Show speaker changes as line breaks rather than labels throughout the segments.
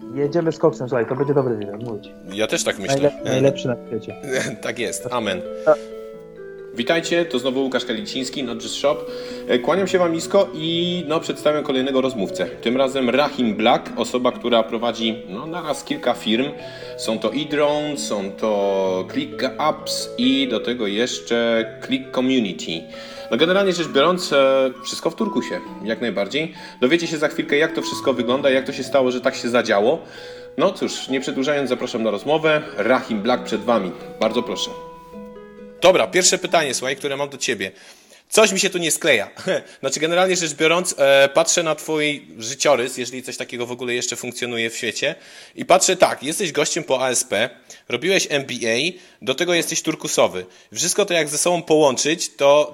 Jedziemy z koksem, słuchaj, to będzie dobry wywiad, mówię ci.
Ja też tak myślę.
Najlepszy na świecie.
Tak jest, amen. Witajcie, to znowu Łukasz Kaliciński, Not Just Shop. Kłaniam się wam nisko i przedstawiam kolejnego rozmówcę. Tym razem Rahim Black, osoba, która prowadzi naraz kilka firm. Są to eDrone, są to ClickUps i do tego jeszcze Click Community. Generalnie rzecz biorąc, wszystko w turkusie, jak najbardziej. Dowiecie się za chwilkę, jak to wszystko wygląda, jak to się stało, że tak się zadziało. No cóż, nie przedłużając, zapraszam na rozmowę. Rahim Black przed wami. Bardzo proszę. Dobra, pierwsze pytanie, słuchaj, które mam do ciebie. Coś mi się tu nie skleja. Znaczy, generalnie rzecz biorąc, patrzę na twój życiorys, jeżeli coś takiego w ogóle jeszcze funkcjonuje w świecie. I patrzę tak, jesteś gościem po ASP, robiłeś MBA, do tego jesteś turkusowy. Wszystko to jak ze sobą połączyć,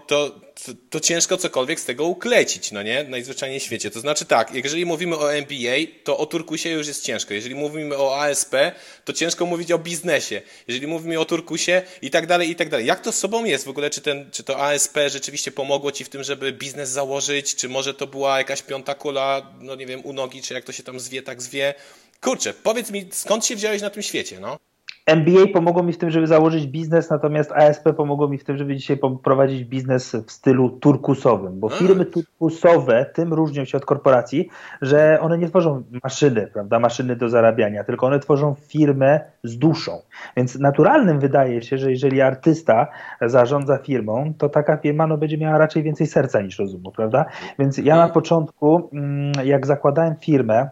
to ciężko cokolwiek z tego uklecić, no nie? Najzwyczajniej w świecie. To znaczy tak, jeżeli mówimy o MBA, to o turkusie już jest ciężko. Jeżeli mówimy o ASP, to ciężko mówić o biznesie. Jeżeli mówimy o turkusie i tak dalej, i tak dalej. Jak to z sobą jest w ogóle? Czy to ASP rzeczywiście pomogło ci w tym, żeby biznes założyć? Czy może to była jakaś piąta kula, nie wiem, u nogi, czy jak to się tam zwie, tak zwie? Kurczę, powiedz mi, skąd się wziąłeś na tym świecie, no?
MBA pomogło mi w tym, żeby założyć biznes, natomiast ASP pomogło mi w tym, żeby dzisiaj prowadzić biznes w stylu turkusowym, bo firmy turkusowe tym różnią się od korporacji, że one nie tworzą maszyny, prawda, maszyny do zarabiania, tylko one tworzą firmę z duszą. Więc naturalnym wydaje się, że jeżeli artysta zarządza firmą, to taka firma będzie miała raczej więcej serca niż rozumu, prawda? Więc ja na początku, jak zakładałem firmę,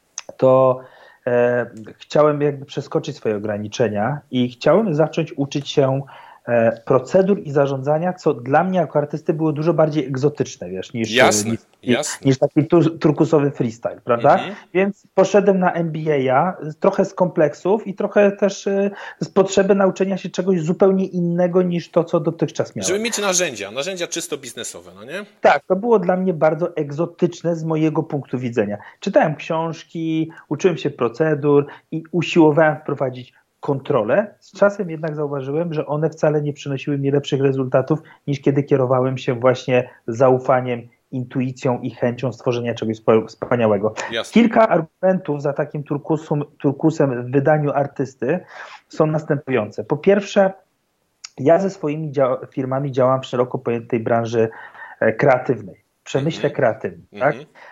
to chciałem jakby przeskoczyć swoje ograniczenia i chciałem zacząć uczyć się procedur i zarządzania, co dla mnie jako artysty było dużo bardziej egzotyczne, wiesz, niż taki turkusowy freestyle, prawda? Więc poszedłem na MBA, trochę z kompleksów i trochę też z potrzeby nauczenia się czegoś zupełnie innego niż to, co dotychczas miałem.
Żeby mieć narzędzia czysto biznesowe, no nie?
Tak, to było dla mnie bardzo egzotyczne z mojego punktu widzenia. Czytałem książki, uczyłem się procedur i usiłowałem wprowadzić kontrolę. Z czasem jednak zauważyłem, że one wcale nie przynosiły mi lepszych rezultatów, niż kiedy kierowałem się właśnie zaufaniem, intuicją i chęcią stworzenia czegoś wspaniałego.
Jasne.
Kilka argumentów za takim turkusem w wydaniu artysty są następujące. Po pierwsze, ja ze swoimi firmami działam w szeroko pojętej branży kreatywnej, w przemyśle kreatywnym. Tak?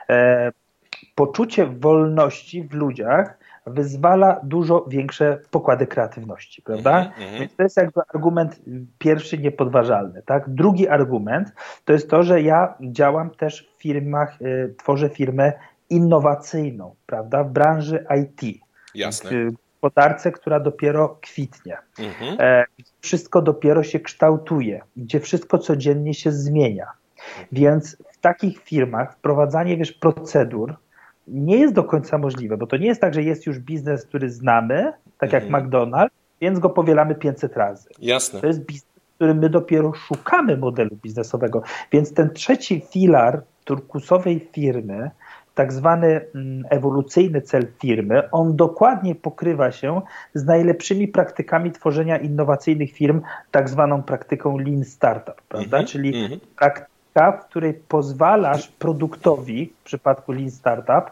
Poczucie wolności w ludziach wyzwala dużo większe pokłady kreatywności, prawda? Więc to jest jakby argument pierwszy niepodważalny, tak? Drugi argument to jest to, że ja działam też w firmach, tworzę firmę innowacyjną, prawda? W branży IT.
Jasne.
W gospodarce, która dopiero kwitnie. Wszystko dopiero się kształtuje, gdzie wszystko codziennie się zmienia. Więc w takich firmach wprowadzanie, procedur nie jest do końca możliwe, bo to nie jest tak, że jest już biznes, który znamy, tak jak McDonald's, więc go powielamy 500 razy.
Jasne.
To jest biznes, w którym my dopiero szukamy modelu biznesowego. Więc ten trzeci filar turkusowej firmy, tak zwany ewolucyjny cel firmy, on dokładnie pokrywa się z najlepszymi praktykami tworzenia innowacyjnych firm, tak zwaną praktyką Lean Startup, prawda? Czyli praktyka, w której pozwalasz produktowi, w przypadku Lean Startup,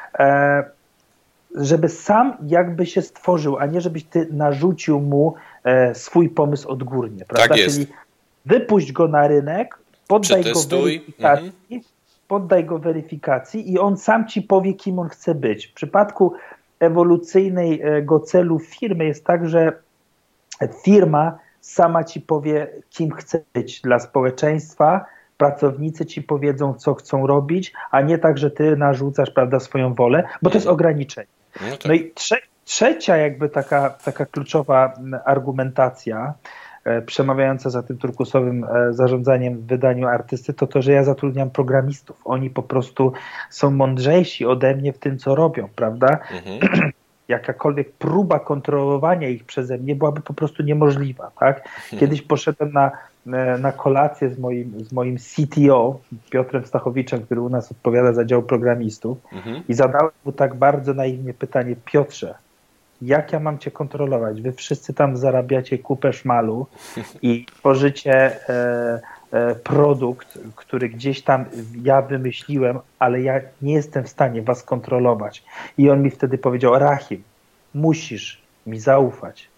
żeby sam jakby się stworzył, a nie żebyś ty narzucił mu swój pomysł odgórnie, prawda?
Tak jest.
Czyli wypuść go na rynek, poddaj go weryfikacji i on sam ci powie, kim on chce być. W przypadku ewolucyjnego celu firmy jest tak, że firma sama ci powie, kim chce być dla społeczeństwa, pracownicy ci powiedzą, co chcą robić, a nie tak, że ty narzucasz, prawda, swoją wolę, bo to jest ograniczenie. No i trzecia jakby taka kluczowa argumentacja przemawiająca za tym turkusowym zarządzaniem w wydaniu artysty, to, że ja zatrudniam programistów. Oni po prostu są mądrzejsi ode mnie w tym, co robią, prawda? Jakakolwiek próba kontrolowania ich przeze mnie byłaby po prostu niemożliwa, tak? Kiedyś poszedłem na kolację z moim CTO, Piotrem Stachowiczem, który u nas odpowiada za dział programistów i zadałem mu tak bardzo naiwnie pytanie: Piotrze, jak ja mam cię kontrolować? Wy wszyscy tam zarabiacie kupę szmalu i tworzycie produkt, który gdzieś tam ja wymyśliłem, ale ja nie jestem w stanie was kontrolować. I on mi wtedy powiedział: Rahim, musisz mi zaufać.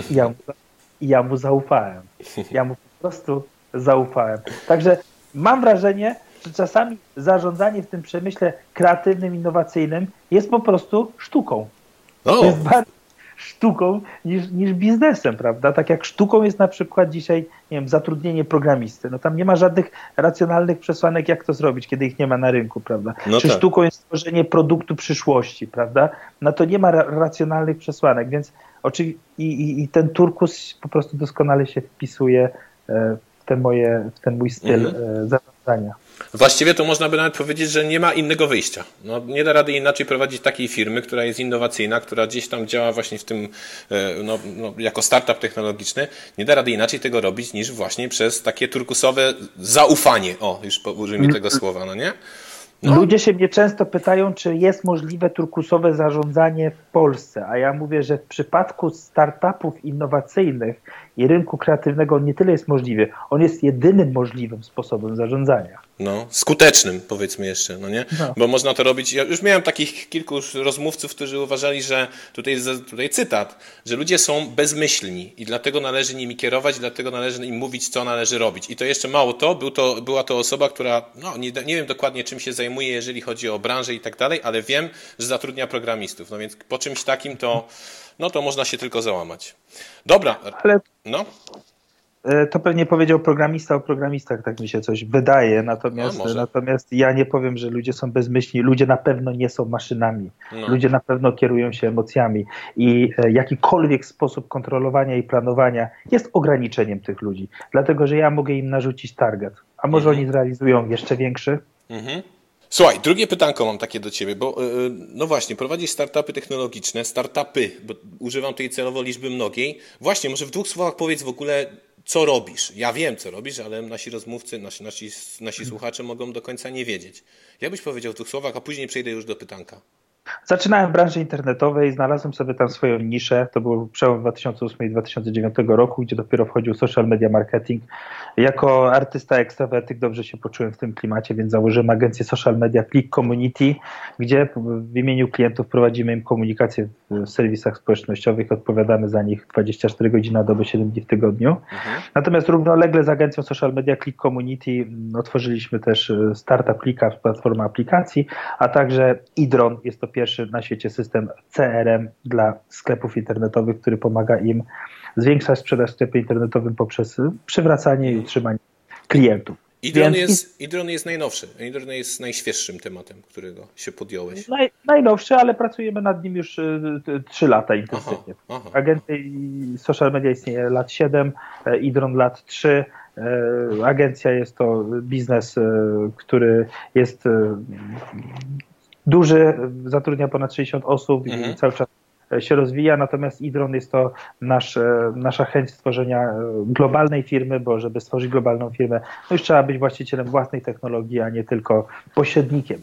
I ja mu zaufałem. Ja mu po prostu zaufałem. Także mam wrażenie, że czasami zarządzanie w tym przemyśle kreatywnym, innowacyjnym jest po prostu sztuką. Jest bardziej sztuką niż biznesem, prawda? Tak jak sztuką jest na przykład dzisiaj, nie wiem, zatrudnienie programisty. No tam nie ma żadnych racjonalnych przesłanek, jak to zrobić, kiedy ich nie ma na rynku, prawda? Czy sztuką jest stworzenie produktu przyszłości, prawda? No to nie ma racjonalnych przesłanek, więc i ten turkus po prostu doskonale się wpisuje w ten mój styl zarządzania.
Właściwie to można by nawet powiedzieć, że nie ma innego wyjścia. No, nie da rady inaczej prowadzić takiej firmy, która jest innowacyjna, która gdzieś tam działa właśnie w tym, jako startup technologiczny. Nie da rady inaczej tego robić niż właśnie przez takie turkusowe zaufanie. O, już użyjmy tego słowa, no nie? No.
Ludzie się mnie często pytają, czy jest możliwe turkusowe zarządzanie w Polsce, a ja mówię, że w przypadku startupów innowacyjnych i rynku kreatywnego on nie tyle jest możliwy, on jest jedynym możliwym sposobem zarządzania.
No, skutecznym, powiedzmy jeszcze, no nie? No. Bo można to robić, ja już miałem takich kilku rozmówców, którzy uważali, że tutaj cytat, że ludzie są bezmyślni i dlatego należy nimi kierować, dlatego należy im mówić, co należy robić. I to jeszcze mało była to osoba, która, nie wiem dokładnie czym się zajmuje, jeżeli chodzi o branżę i tak dalej, ale wiem, że zatrudnia programistów. No więc po czymś takim to można się tylko załamać. Dobra,
ale...
no.
To pewnie powiedział programista o programistach, tak mi się coś wydaje, natomiast ja nie powiem, że ludzie są bezmyślni, ludzie na pewno nie są maszynami, ludzie na pewno kierują się emocjami i jakikolwiek sposób kontrolowania i planowania jest ograniczeniem tych ludzi, dlatego że ja mogę im narzucić target, a może oni zrealizują jeszcze większy?
Słuchaj, drugie pytanko mam takie do ciebie, bo no właśnie, prowadzisz startupy technologiczne, bo używam tej celowo liczby mnogiej. Właśnie, może w dwóch słowach powiedz w ogóle, co robisz. Ja wiem, co robisz, ale nasi rozmówcy, nasi słuchacze mogą do końca nie wiedzieć. Ja byś powiedział w dwóch słowach, a później przejdę już do pytanka.
Zaczynałem w branży internetowej, znalazłem sobie tam swoją niszę, to był przełom 2008 i 2009 roku, gdzie dopiero wchodził social media marketing. Jako artysta ekstrawertyk dobrze się poczułem w tym klimacie, więc założyłem agencję social media Click Community, gdzie w imieniu klientów prowadzimy im komunikację w serwisach społecznościowych, odpowiadamy za nich 24 godziny na dobę, 7 dni w tygodniu. Natomiast równolegle z agencją social media Click Community otworzyliśmy też startup Clicka, platformę aplikacji, a także iDrone, jest to pierwszy na świecie system CRM dla sklepów internetowych, który pomaga im zwiększać sprzedaż w sklepie internetowym poprzez przywracanie i utrzymanie klientów.
iDrone jest najnowszy, iDrone jest najświeższym tematem, którego się podjąłeś.
Najnowszy, ale pracujemy nad nim już 3 lata intensywnie. Agencja social media istnieje lat 7, iDrone lat 3. Agencja jest to biznes, który jest duży, zatrudnia ponad 60 osób i cały czas się rozwija, natomiast iDrone jest to nasza chęć stworzenia globalnej firmy, bo żeby stworzyć globalną firmę, no już trzeba być właścicielem własnej technologii, a nie tylko pośrednikiem.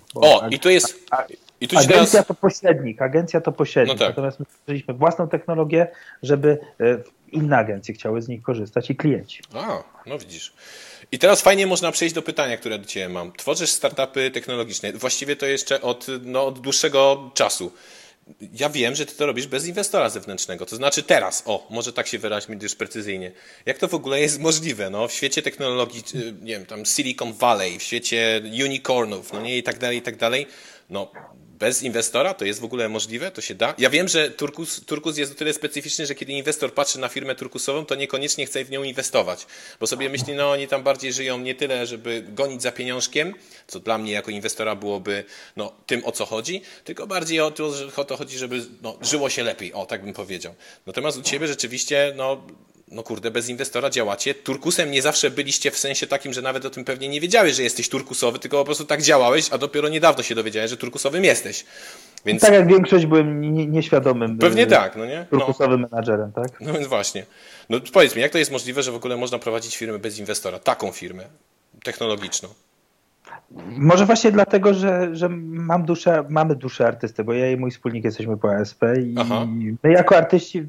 Agencja to pośrednik,
tak.
Natomiast my stworzyliśmy własną technologię, żeby inne agencje chciały z nich korzystać i klienci.
No widzisz. I teraz fajnie można przejść do pytania, które do ciebie mam. Tworzysz startupy technologiczne, właściwie to jeszcze od dłuższego czasu. Ja wiem, że ty to robisz bez inwestora zewnętrznego, to znaczy teraz, może tak się wyraźmy już precyzyjnie. Jak to w ogóle jest możliwe, w świecie technologii, nie wiem, tam Silicon Valley, w świecie unicornów, i tak dalej, bez inwestora to jest w ogóle możliwe? To się da? Ja wiem, że turkus jest o tyle specyficzny, że kiedy inwestor patrzy na firmę turkusową, to niekoniecznie chce w nią inwestować, bo sobie myśli, oni tam bardziej żyją nie tyle, żeby gonić za pieniążkiem, co dla mnie jako inwestora byłoby tym, o co chodzi, tylko bardziej o to chodzi, żeby żyło się lepiej, tak bym powiedział. Natomiast u ciebie rzeczywiście, bez inwestora działacie. Turkusem nie zawsze byliście w sensie takim, że nawet o tym pewnie nie wiedziałeś, że jesteś turkusowy, tylko po prostu tak działałeś, a dopiero niedawno się dowiedziałeś, że turkusowym jesteś. Więc...
Tak jak większość byłem nieświadomym
pewnie tak,
turkusowym menadżerem, tak?
No więc właśnie. Powiedz mi, jak to jest możliwe, że w ogóle można prowadzić firmę bez inwestora? Taką firmę technologiczną.
Może właśnie dlatego, że mamy duszę artysty, bo ja i mój wspólnik jesteśmy po ASP i my jako artyści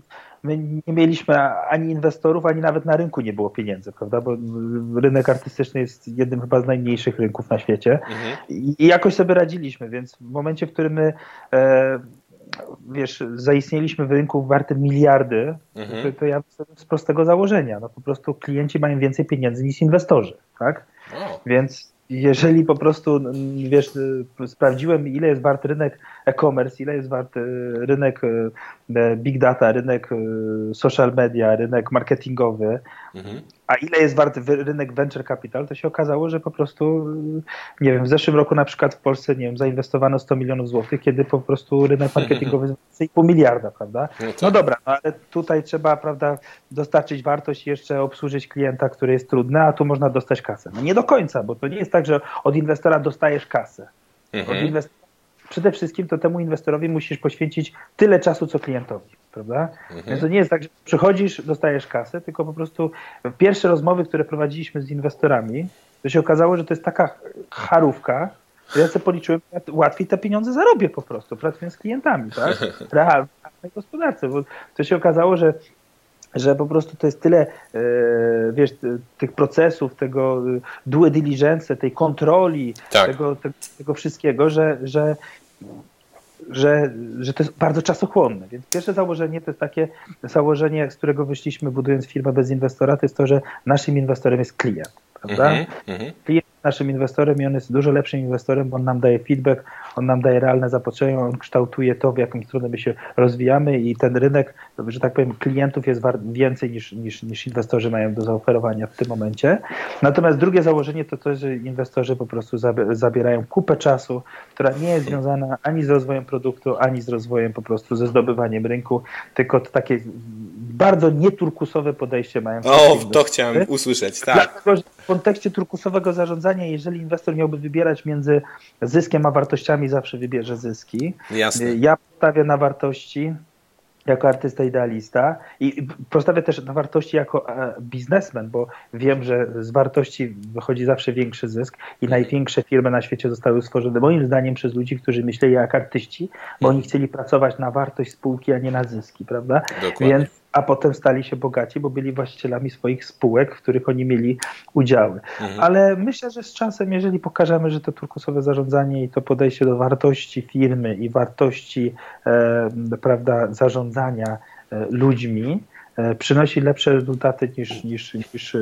my nie mieliśmy ani inwestorów, ani nawet na rynku nie było pieniędzy, prawda? Bo rynek artystyczny jest jednym chyba z najmniejszych rynków na świecie i jakoś sobie radziliśmy, więc w momencie, w którym my zaistnieliśmy w rynku wartym miliardy, to ja z prostego założenia, no po prostu klienci mają więcej pieniędzy niż inwestorzy, tak? Więc jeżeli po prostu, sprawdziłem, ile jest wart rynek e-commerce, ile jest wart rynek big data, rynek social media, rynek marketingowy, a ile jest wart rynek venture capital, to się okazało, że po prostu, nie wiem, w zeszłym roku na przykład w Polsce, nie wiem, zainwestowano 100 milionów złotych, kiedy po prostu rynek marketingowy jest 2,5 miliarda, prawda? No dobra, no ale tutaj trzeba, prawda, dostarczyć wartość i jeszcze obsłużyć klienta, który jest trudny, a tu można dostać kasę. No nie do końca, bo to nie jest tak, że od inwestora dostajesz kasę. Przede wszystkim to temu inwestorowi musisz poświęcić tyle czasu, co klientowi, prawda? Więc to nie jest tak, że przychodzisz, dostajesz kasę, tylko po prostu pierwsze rozmowy, które prowadziliśmy z inwestorami, to się okazało, że to jest taka charówka, że ja sobie policzyłem, łatwiej te pieniądze zarobię po prostu, pracując z klientami, tak? W realnej gospodarce, bo to się okazało, że po prostu to jest tyle, tych procesów, tego due diligence, tej kontroli, tego wszystkiego, że to jest bardzo czasochłonne. Więc pierwsze założenie to jest takie założenie, z którego wyszliśmy, budując firmę bez inwestora, to jest to, że naszym inwestorem jest klient, prawda? Klient jest naszym inwestorem i on jest dużo lepszym inwestorem, bo on nam daje feedback, on nam daje realne zapotrzebowanie, on kształtuje to, w jaką stronę my się rozwijamy i ten rynek, że tak powiem, klientów jest wart więcej niż inwestorzy mają do zaoferowania w tym momencie. Natomiast drugie założenie to to, że inwestorzy po prostu zabierają kupę czasu, która nie jest związana ani z rozwojem produktu, ani z rozwojem po prostu ze zdobywaniem rynku, tylko to takie bardzo nieturkusowe podejście mają.
To chciałem usłyszeć, tak.
Dlatego, że w kontekście turkusowego zarządzania, jeżeli inwestor miałby wybierać między zyskiem a wartościami, zawsze wybierze zyski.
Jasne.
Ja postawię na wartości jako artysta idealista i postawię też na wartości jako biznesmen, bo wiem, że z wartości wychodzi zawsze większy zysk i największe firmy na świecie zostały stworzone moim zdaniem przez ludzi, którzy myśleli jak artyści, bo oni chcieli pracować na wartość spółki, a nie na zyski, prawda?
Dokładnie.
A potem stali się bogaci, bo byli właścicielami swoich spółek, w których oni mieli udziały. Ale myślę, że z czasem, jeżeli pokażemy, że to turkusowe zarządzanie i to podejście do wartości firmy i wartości prawda, zarządzania ludźmi przynosi lepsze rezultaty niż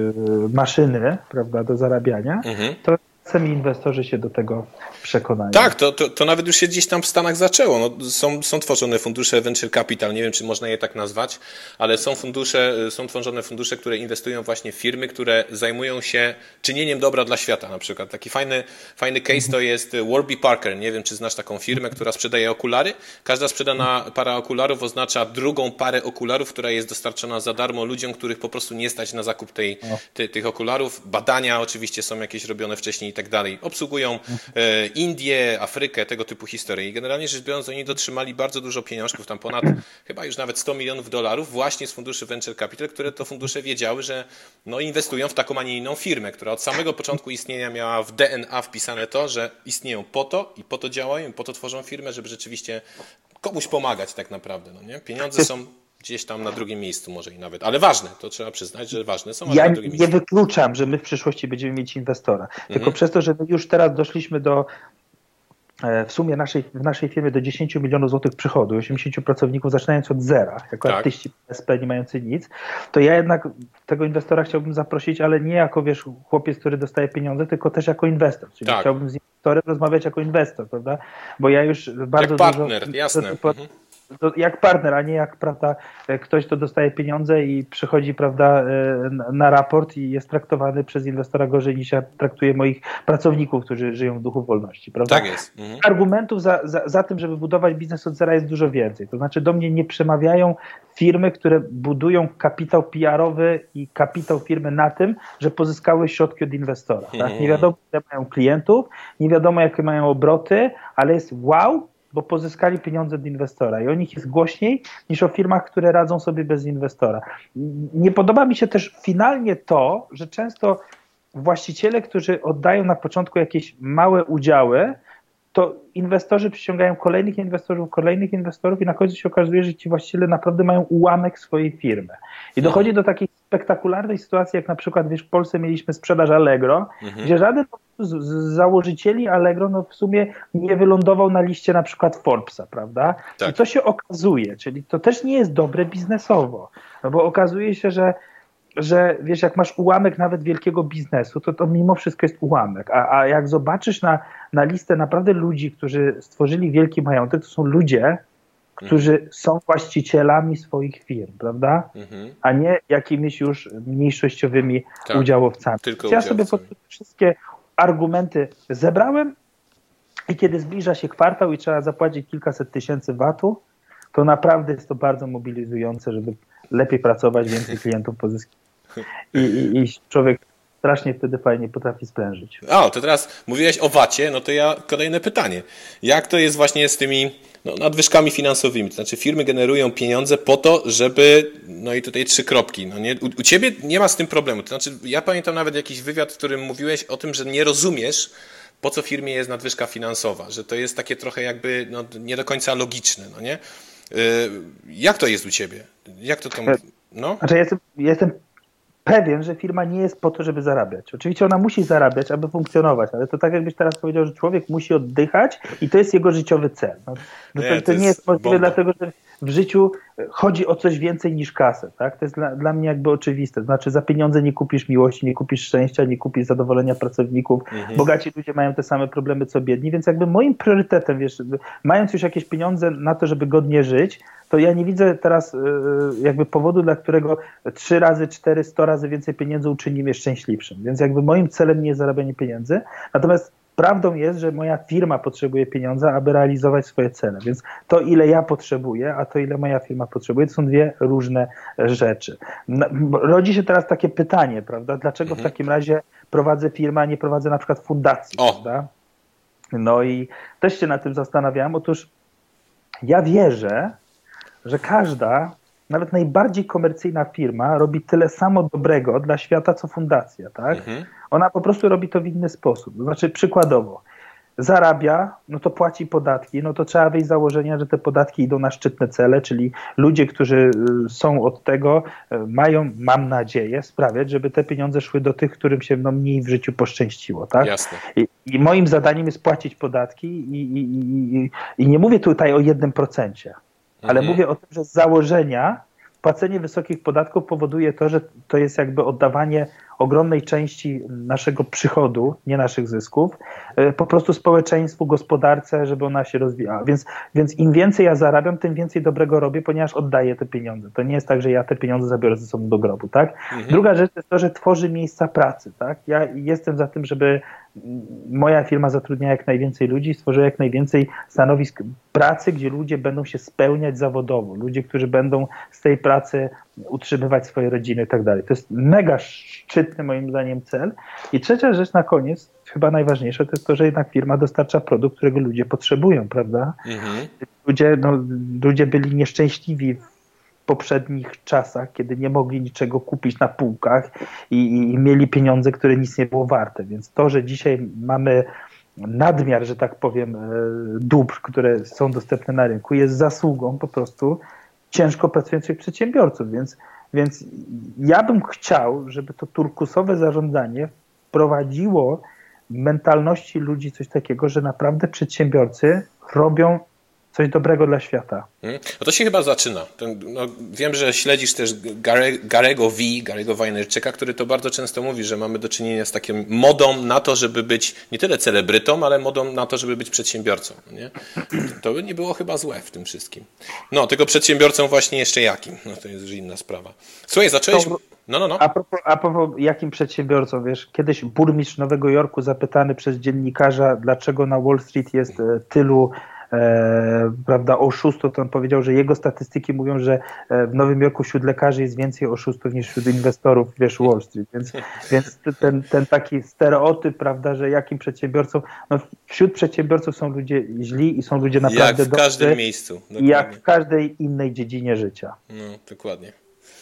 maszyny, prawda, do zarabiania, to sami inwestorzy się do tego przekonają.
Tak, to nawet już się gdzieś tam w Stanach zaczęło. No, są tworzone fundusze venture capital, nie wiem, czy można je tak nazwać, ale są tworzone fundusze, które inwestują właśnie w firmy, które zajmują się czynieniem dobra dla świata na przykład. Taki fajny case to jest Warby Parker. Nie wiem, czy znasz taką firmę, która sprzedaje okulary. Każda sprzedana para okularów oznacza drugą parę okularów, która jest dostarczona za darmo ludziom, których po prostu nie stać na zakup tych okularów. Badania oczywiście są jakieś robione wcześniej i tak dalej. Obsługują Indię, Afrykę, tego typu historie. I generalnie rzecz biorąc, oni dotrzymali bardzo dużo pieniążków, tam ponad chyba już nawet $100 milionów właśnie z funduszy venture capital, które to fundusze wiedziały, że no, inwestują w taką, a nie inną firmę, która od samego początku istnienia miała w DNA wpisane to, że istnieją po to i po to działają i po to tworzą firmę, żeby rzeczywiście komuś pomagać tak naprawdę. No nie? Pieniądze są gdzieś tam na drugim miejscu może i nawet, ale ważne, to trzeba przyznać, że ważne są, ale
ja
na drugim miejscu.
Nie wykluczam, że my w przyszłości będziemy mieć inwestora, tylko przez to, że my już teraz doszliśmy do w sumie w naszej firmie do 10 milionów złotych przychodu, 80 pracowników zaczynając od zera, jako artyści SP nie mający nic, to ja jednak tego inwestora chciałbym zaprosić, ale nie jako, chłopiec, który dostaje pieniądze, tylko też jako inwestor, czyli chciałbym z inwestorem rozmawiać jako inwestor, prawda, bo ja już bardzo
jak partner,
dużo...
jasne.
Jak partner, a nie jak, prawda, ktoś, kto dostaje pieniądze i przychodzi, prawda, na raport i jest traktowany przez inwestora gorzej niż ja traktuję moich pracowników, którzy żyją w duchu wolności, prawda?
Tak jest.
Argumentów za tym, żeby budować biznes od zera jest dużo więcej. To znaczy do mnie nie przemawiają firmy, które budują kapitał PR-owy i kapitał firmy na tym, że pozyskały środki od inwestora. Tak? Nie wiadomo, ile mają klientów, nie wiadomo, jakie mają obroty, ale jest wow, bo pozyskali pieniądze od inwestora i o nich jest głośniej niż o firmach, które radzą sobie bez inwestora. Nie podoba mi się też finalnie to, że często właściciele, którzy oddają na początku jakieś małe udziały, to inwestorzy przyciągają kolejnych inwestorów i na końcu się okazuje, że ci właściciele naprawdę mają ułamek swojej firmy. I dochodzi do takiej spektakularnej sytuacji, jak na przykład, wiesz, w Polsce mieliśmy sprzedaż Allegro, gdzie żaden z założycieli Allegro no w sumie nie wylądował na liście na przykład Forbesa, prawda?
Tak.
I co się okazuje? Czyli to też nie jest dobre biznesowo, no bo okazuje się, że wiesz, jak masz ułamek nawet wielkiego biznesu, to mimo wszystko jest ułamek. A jak zobaczysz na listę naprawdę ludzi, którzy stworzyli wielki majątek, to są ludzie, którzy są właścicielami swoich firm, prawda? A nie jakimiś już mniejszościowymi udziałowcami. Ja sobie po prostu wszystkie argumenty zebrałem i kiedy zbliża się kwartał i trzeba zapłacić kilkaset tysięcy VAT-u, to naprawdę jest to bardzo mobilizujące, żeby lepiej pracować, więcej klientów pozyskać. I człowiek strasznie wtedy fajnie potrafi sprężyć.
O, to teraz mówiłeś o VAT-cie, no to ja kolejne pytanie. Jak to jest właśnie z tymi nadwyżkami finansowymi? To znaczy firmy generują pieniądze po to, żeby, no i tutaj 3 kropki. No nie, u ciebie nie ma z tym problemu. To znaczy ja pamiętam nawet jakiś wywiad, w którym mówiłeś o tym, że nie rozumiesz, po co firmie jest nadwyżka finansowa, że to jest takie trochę jakby nie do końca logiczne, no nie? Jak to jest u ciebie? Jak to tam... No?
Znaczy jestem pewien, że firma nie jest po to, żeby zarabiać. Oczywiście ona musi zarabiać, aby funkcjonować, ale to tak jakbyś teraz powiedział, że człowiek musi oddychać i to jest jego życiowy cel. To nie jest możliwe, dlatego że w życiu chodzi o coś więcej niż kasę. Tak? To jest dla mnie jakby oczywiste. Znaczy za pieniądze nie kupisz miłości, nie kupisz szczęścia, nie kupisz zadowolenia pracowników. Bogaci ludzie mają te same problemy co biedni, więc jakby moim priorytetem, wiesz, mając już jakieś pieniądze na to, żeby godnie żyć, to ja nie widzę teraz jakby powodu, dla którego 3 razy, 4, 100 razy więcej pieniędzy uczyni mnie szczęśliwszym. Więc jakby moim celem nie jest zarabianie pieniędzy, natomiast prawdą jest, że moja firma potrzebuje pieniądza, aby realizować swoje cele. Więc to, ile ja potrzebuję, a to, ile moja firma potrzebuje, to są dwie różne rzeczy. Rodzi się teraz takie pytanie, prawda? Dlaczego w takim razie prowadzę firmę, a nie prowadzę na przykład fundacji, prawda? No i też się nad tym zastanawiałem. Otóż ja wierzę, że każda, nawet najbardziej komercyjna firma robi tyle samo dobrego dla świata, co fundacja, tak? Ona po prostu robi to w inny sposób. To znaczy przykładowo, zarabia, no to płaci podatki, no to trzeba wyjść z założenia, że te podatki idą na szczytne cele, czyli ludzie, którzy są od tego, mają, mam nadzieję, sprawiać, żeby te pieniądze szły do tych, którym się mniej w życiu poszczęściło, tak?
Jasne.
I moim zadaniem jest płacić podatki i nie mówię tutaj o 1%. Ale mówię o tym, że z założenia płacenie wysokich podatków powoduje to, że to jest jakby oddawanie ogromnej części naszego przychodu, nie naszych zysków, po prostu społeczeństwu, gospodarce, żeby ona się rozwijała. Więc im więcej ja zarabiam, tym więcej dobrego robię, ponieważ oddaję te pieniądze. To nie jest tak, że ja te pieniądze zabiorę ze sobą do grobu, tak? Druga rzecz jest to, że tworzy miejsca pracy, tak? Ja jestem za tym, żeby moja firma zatrudniała jak najwięcej ludzi, stworzyła jak najwięcej stanowisk pracy, gdzie ludzie będą się spełniać zawodowo, ludzie, którzy będą z tej pracy utrzymywać swoje rodziny i tak dalej. To jest mega szczytny moim zdaniem cel. I trzecia rzecz na koniec, chyba najważniejsza, to jest to, że jednak firma dostarcza produkt, którego ludzie potrzebują, prawda? Ludzie byli nieszczęśliwi w poprzednich czasach, kiedy nie mogli niczego kupić na półkach i mieli pieniądze, które nic nie było warte. Więc to, że dzisiaj mamy nadmiar, że tak powiem, dóbr, które są dostępne na rynku, jest zasługą po prostu ciężko pracujących przedsiębiorców. Więc ja bym chciał, żeby to turkusowe zarządzanie wprowadziło w mentalności ludzi coś takiego, że naprawdę przedsiębiorcy robią coś dobrego dla świata.
No to się chyba zaczyna. Wiem, że śledzisz też Gary'ego Vaynerchuka, który to bardzo często mówi, że mamy do czynienia z taką modą na to, żeby być nie tyle celebrytą, ale modą na to, żeby być przedsiębiorcą. Nie? To by nie było chyba złe w tym wszystkim. No, tylko przedsiębiorcą właśnie jeszcze jakim? No to jest już inna sprawa. Słuchaj, zacząłeś... No.
A propos jakim przedsiębiorcą, wiesz, kiedyś burmistrz Nowego Jorku zapytany przez dziennikarza, dlaczego na Wall Street jest tylu prawda, oszustów, to on powiedział, że jego statystyki mówią, że w Nowym Jorku wśród lekarzy jest więcej oszustów niż wśród inwestorów, wiesz, Wall Street. Więc ten taki stereotyp, prawda, że jakim przedsiębiorcą, no wśród przedsiębiorców są ludzie źli i są ludzie naprawdę dobrzy.
Jak w każdym miejscu.
I jak w każdej innej dziedzinie życia.
No, dokładnie.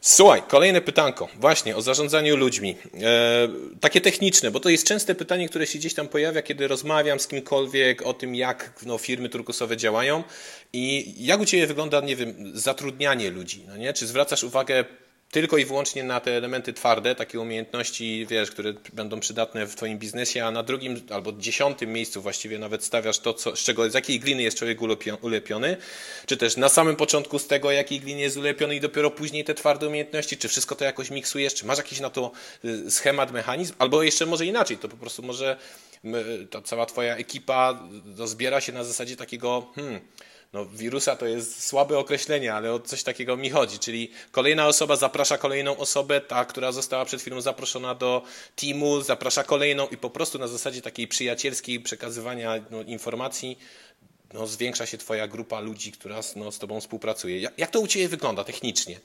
Słuchaj, kolejne pytanko, właśnie o zarządzaniu ludźmi. Takie techniczne, bo to jest częste pytanie, które się gdzieś tam pojawia, kiedy rozmawiam z kimkolwiek o tym, jak firmy turkusowe działają i jak u Ciebie wygląda, nie wiem, zatrudnianie ludzi, no nie? Czy zwracasz uwagę tylko i wyłącznie na te elementy twarde, takie umiejętności, wiesz, które będą przydatne w Twoim biznesie, a na drugim albo 10. miejscu właściwie nawet stawiasz to, z jakiej gliny jest człowiek ulepiony, czy też na samym początku z tego, jakiej gliny jest ulepiony i dopiero później te twarde umiejętności, czy wszystko to jakoś miksujesz, czy masz jakiś na to schemat, mechanizm, albo jeszcze może inaczej, to po prostu może ta cała Twoja ekipa zbiera się na zasadzie takiego, no, wirusa to jest słabe określenie, ale o coś takiego mi chodzi, czyli kolejna osoba zaprasza kolejną osobę, ta, która została przed chwilą zaproszona do teamu, zaprasza kolejną i po prostu na zasadzie takiej przyjacielskiej przekazywania informacji zwiększa się Twoja grupa ludzi, która z Tobą współpracuje. Jak to u Ciebie wygląda technicznie?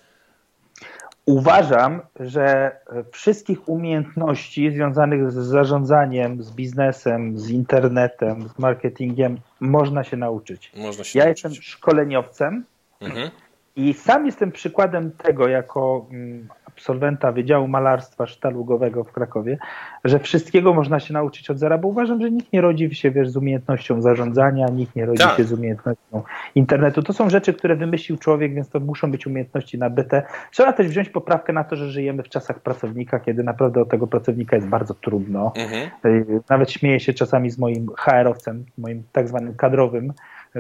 Uważam, że wszystkich umiejętności związanych z zarządzaniem, z biznesem, z internetem, z marketingiem można się nauczyć. Jestem szkoleniowcem i sam jestem przykładem tego jako absolwenta Wydziału Malarstwa Sztalugowego w Krakowie, że wszystkiego można się nauczyć od zera, bo uważam, że nikt nie rodzi się, z umiejętnością zarządzania, nikt nie rodzi się z umiejętnością internetu. To są rzeczy, które wymyślił człowiek, więc to muszą być umiejętności nabyte. Trzeba też wziąć poprawkę na to, że żyjemy w czasach pracownika, kiedy naprawdę od tego pracownika jest bardzo trudno. Nawet śmieję się czasami z moim HR-owcem, moim tak zwanym kadrowym,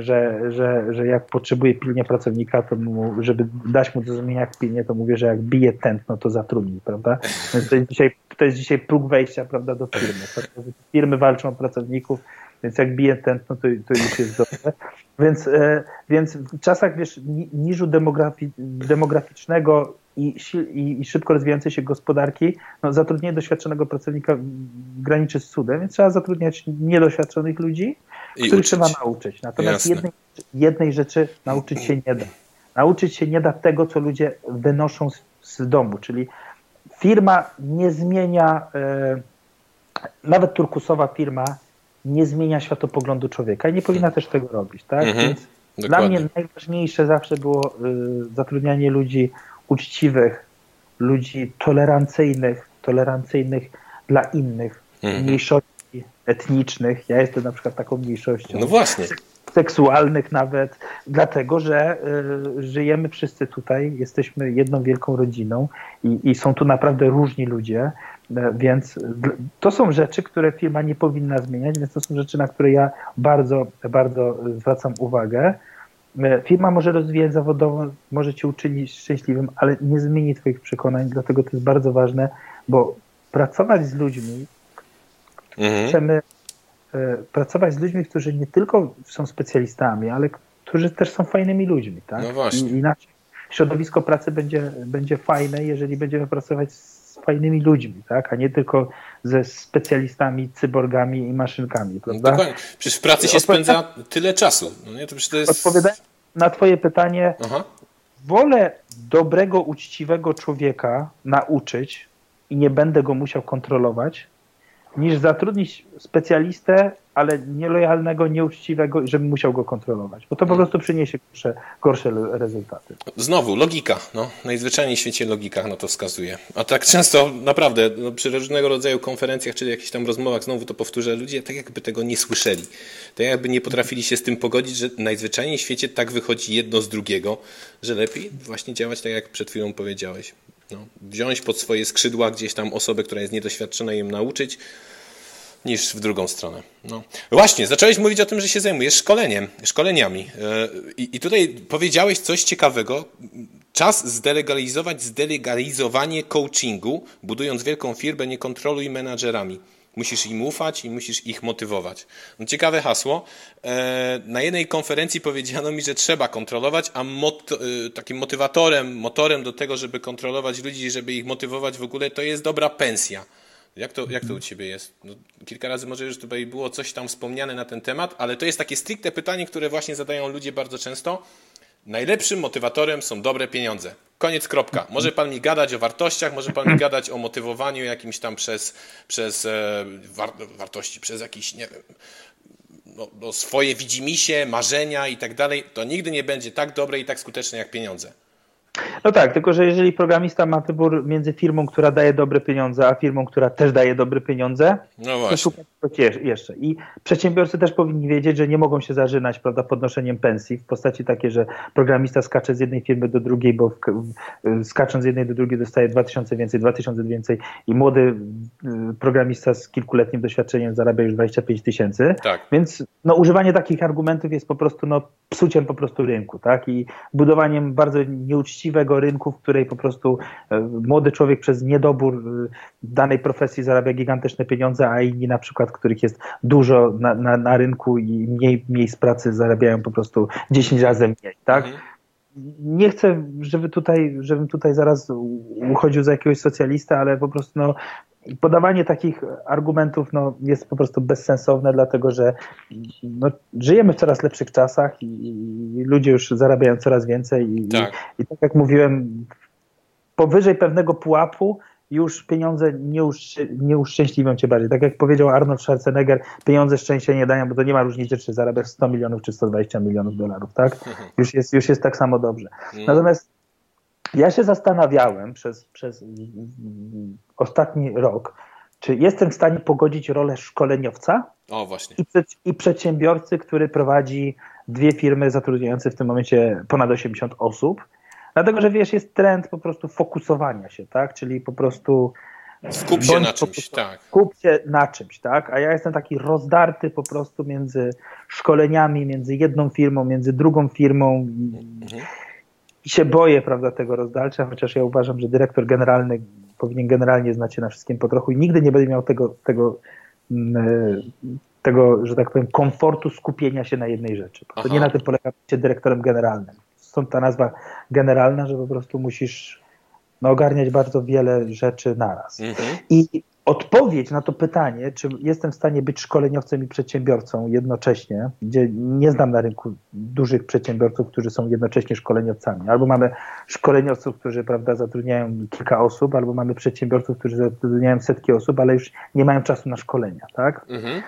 że jak potrzebuje pilnie pracownika, to żeby dać mu do zrozumienia jak pilnie, to mówię, że jak bije tętno, to zatrudni, prawda? Więc to jest dzisiaj próg wejścia, prawda, do firmy. Firmy walczą o pracowników, więc jak bije tętno, to już jest dobre. Więc w czasach, niżu demograficznego i szybko rozwijającej się gospodarki, zatrudnienie doświadczonego pracownika graniczy z cudem, więc trzeba zatrudniać niedoświadczonych ludzi, których trzeba nauczyć. Natomiast jednej rzeczy nauczyć się nie da. Nauczyć się nie da tego, co ludzie wynoszą z domu, czyli firma nie zmienia, nawet turkusowa firma nie zmienia światopoglądu człowieka i nie powinna też tego robić. Tak? Więc dla mnie najważniejsze zawsze było zatrudnianie ludzi uczciwych, ludzi tolerancyjnych dla innych, mniejszości etnicznych. Ja jestem na przykład taką mniejszością.
No właśnie.
Seksualnych nawet, dlatego, że żyjemy wszyscy tutaj, jesteśmy jedną wielką rodziną i są tu naprawdę różni ludzie, więc to są rzeczy, które firma nie powinna zmieniać, więc to są rzeczy, na które ja bardzo, bardzo zwracam uwagę. Firma może rozwijać zawodowo, może cię uczynić szczęśliwym, ale nie zmieni twoich przekonań, dlatego to jest bardzo ważne, bo pracować z ludźmi, chcemy pracować z ludźmi, którzy nie tylko są specjalistami, ale którzy też są fajnymi ludźmi. Tak?
No właśnie.
I nasze środowisko pracy będzie fajne, jeżeli będziemy pracować z fajnymi ludźmi, tak? A nie tylko ze specjalistami, cyborgami i maszynkami. Prawda?
Dokładnie. Przecież w pracy się spędza tyle czasu. No nie? To jest...
Odpowiadając na twoje pytanie, wolę dobrego, uczciwego człowieka nauczyć i nie będę go musiał kontrolować, niż zatrudnić specjalistę, ale nielojalnego, nieuczciwego, i żebym musiał go kontrolować. Bo to po prostu przyniesie gorsze rezultaty.
Znowu, logika. Najzwyczajniej w świecie logika na to wskazuje. A tak często, naprawdę, przy różnego rodzaju konferencjach, czy jakichś tam rozmowach, znowu to powtórzę, ludzie tak jakby tego nie słyszeli. Tak jakby nie potrafili się z tym pogodzić, że najzwyczajniej w świecie tak wychodzi jedno z drugiego, że lepiej właśnie działać tak, jak przed chwilą powiedziałeś. Wziąć pod swoje skrzydła gdzieś tam osobę, która jest niedoświadczona i ją nauczyć, niż w drugą stronę. Właśnie, zacząłeś mówić o tym, że się zajmujesz szkoleniami. I tutaj powiedziałeś coś ciekawego. Czas zdelegalizowanie coachingu, budując wielką firmę, nie kontroluj menadżerami. Musisz im ufać i musisz ich motywować. Ciekawe hasło. Na jednej konferencji powiedziano mi, że trzeba kontrolować, a takim motorem do tego, żeby kontrolować ludzi, żeby ich motywować w ogóle, to jest dobra pensja. Jak to u Ciebie jest? Kilka razy może już tutaj było coś tam wspomniane na ten temat, ale to jest takie stricte pytanie, które właśnie zadają ludzie bardzo często. Najlepszym motywatorem są dobre pieniądze. Koniec, kropka. Może Pan mi gadać o wartościach, może Pan mi gadać o motywowaniu jakimś tam przez wartości, przez jakieś, nie wiem, swoje widzimisię, marzenia i tak dalej. To nigdy nie będzie tak dobre i tak skuteczne jak pieniądze.
No tak, tylko że jeżeli programista ma wybór między firmą, która daje dobre pieniądze, a firmą, która też daje dobre pieniądze, to szuka jeszcze. I przedsiębiorcy też powinni wiedzieć, że nie mogą się zażynać, prawda, podnoszeniem pensji w postaci takiej, że programista skacze z jednej firmy do drugiej, bo skacząc z jednej do drugiej dostaje 2000 więcej, 2000 więcej i młody programista z kilkuletnim doświadczeniem zarabia już 25 000.
Tak.
Więc no, używanie takich argumentów jest po prostu psuciem po prostu rynku, tak? I budowaniem bardzo nieuczciwego rynku, w której po prostu młody człowiek przez niedobór danej profesji zarabia gigantyczne pieniądze, a inni na przykład, których jest dużo na rynku i mniej miejsc pracy zarabiają po prostu 10 razy mniej, tak? Nie chcę, żebym tutaj zaraz uchodził za jakiegoś socjalistę, ale po prostu no, podawanie takich argumentów no, jest po prostu bezsensowne, dlatego że no, żyjemy w coraz lepszych czasach i ludzie już zarabiają coraz więcej i tak jak mówiłem, powyżej pewnego pułapu już pieniądze nie uszczęśliwią cię bardziej. Tak jak powiedział Arnold Schwarzenegger, pieniądze szczęścia nie dają, bo to nie ma różnicy, czy zarabiasz 100 milionów, czy 120 milionów dolarów, tak? Już jest tak samo dobrze. Natomiast ja się zastanawiałem przez ostatni rok, czy jestem w stanie pogodzić rolę szkoleniowca i przedsiębiorcy, który prowadzi 2 firmy zatrudniające w tym momencie ponad 80 osób. Dlatego, że wiesz, jest trend po prostu fokusowania się, tak? Czyli po prostu
skup się na czymś, tak.
Skup się na czymś, tak? A ja jestem taki rozdarty po prostu między szkoleniami, między jedną firmą, między drugą firmą i się boję, prawda, tego rozdarcia, chociaż ja uważam, że dyrektor generalny powinien generalnie znać się na wszystkim po trochu i nigdy nie będzie miał tego, że tak powiem, komfortu skupienia się na jednej rzeczy. To nie na tym polega bycie dyrektorem generalnym. Stąd ta nazwa generalna, że po prostu musisz ogarniać bardzo wiele rzeczy naraz. I odpowiedź na to pytanie, czy jestem w stanie być szkoleniowcem i przedsiębiorcą jednocześnie, gdzie nie znam na rynku dużych przedsiębiorców, którzy są jednocześnie szkoleniowcami. Albo mamy szkoleniowców, którzy, prawda, zatrudniają kilka osób, albo mamy przedsiębiorców, którzy zatrudniają setki osób, ale już nie mają czasu na szkolenia, tak?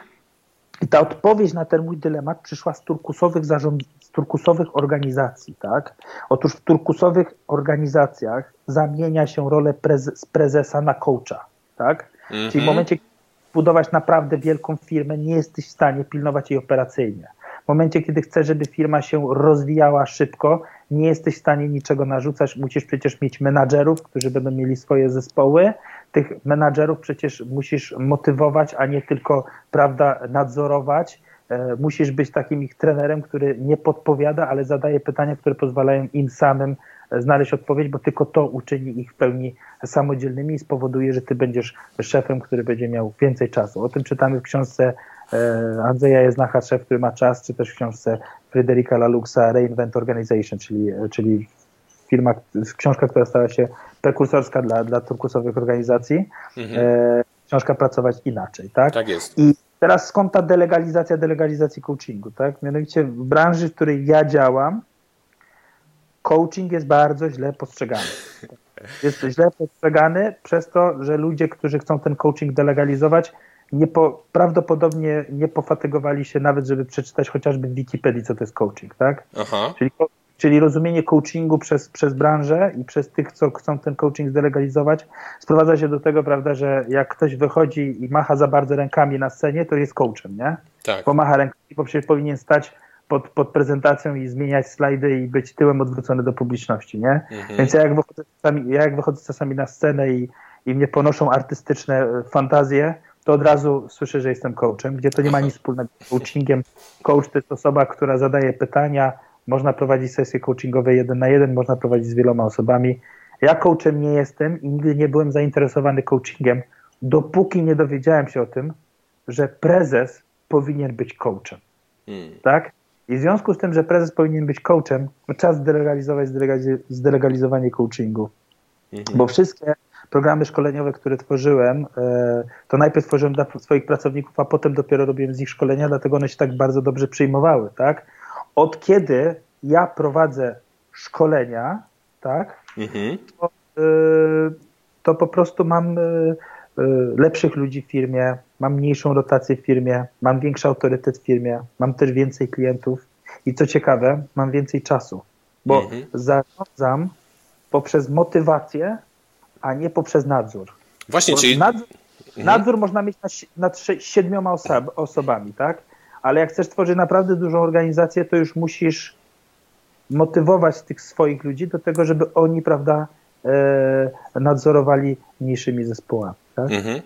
I ta odpowiedź na ten mój dylemat przyszła z turkusowych organizacji, tak? Otóż w turkusowych organizacjach zamienia się rolę z prezesa na coacha, tak? Czyli w momencie, kiedy budować naprawdę wielką firmę, nie jesteś w stanie pilnować jej operacyjnie. W momencie, kiedy chcesz, żeby firma się rozwijała szybko, nie jesteś w stanie niczego narzucać, musisz przecież mieć menadżerów, którzy będą mieli swoje zespoły. Tych menadżerów przecież musisz motywować, a nie tylko, prawda, nadzorować. Musisz być takim ich trenerem, który nie podpowiada, ale zadaje pytania, które pozwalają im samym znaleźć odpowiedź, bo tylko to uczyni ich w pełni samodzielnymi i spowoduje, że ty będziesz szefem, który będzie miał więcej czasu. O tym czytamy w książce Andrzeja Jeznacha, Szef, który ma czas, czy też w książce Fryderyka Laluxa Reinvent Organization, czyli książka, która stała się prekursorska dla turkusowych organizacji. Książka Pracować inaczej, tak?
Tak jest.
I teraz skąd ta delegalizacji coachingu, tak? Mianowicie w branży, w której ja działam, coaching jest bardzo źle postrzegany. Jest źle postrzegany przez to, że ludzie, którzy chcą ten coaching delegalizować, prawdopodobnie nie pofatygowali się nawet, żeby przeczytać chociażby w Wikipedii, co to jest coaching, tak? Czyli rozumienie coachingu przez branżę i przez tych, co chcą ten coaching zdelegalizować, sprowadza się do tego, prawda, że jak ktoś wychodzi i macha za bardzo rękami na scenie, to jest coachem, nie?
Tak.
Bo macha rękami, bo przecież powinien stać pod prezentacją i zmieniać slajdy i być tyłem odwrócony do publiczności, nie? Więc ja jak wychodzę czasami na scenę i mnie ponoszą artystyczne fantazje, to od razu słyszę, że jestem coachem, gdzie to nie ma nic wspólnego z coachingiem. Coach to jest osoba, która zadaje pytania, można prowadzić sesje coachingowe 1 na 1, można prowadzić z wieloma osobami. Ja coachem nie jestem i nigdy nie byłem zainteresowany coachingiem, dopóki nie dowiedziałem się o tym, że prezes powinien być coachem. Tak? I w związku z tym, że prezes powinien być coachem, czas zdelegalizowanie coachingu. Bo wszystkie programy szkoleniowe, które tworzyłem, to najpierw tworzyłem dla swoich pracowników, a potem dopiero robiłem z nich szkolenia, dlatego one się tak bardzo dobrze przyjmowały, tak? Od kiedy ja prowadzę szkolenia, tak, to po prostu mam lepszych ludzi w firmie, mam mniejszą rotację w firmie, mam większy autorytet w firmie, mam też więcej klientów i co ciekawe, mam więcej czasu, bo zarządzam poprzez motywację, a nie poprzez nadzór.
Właśnie, czyli...
Nadzór można mieć nad 7 osobami, tak? Ale jak chcesz tworzyć naprawdę dużą organizację, to już musisz motywować tych swoich ludzi do tego, żeby oni, prawda, nadzorowali mniejszymi zespołami. Tak?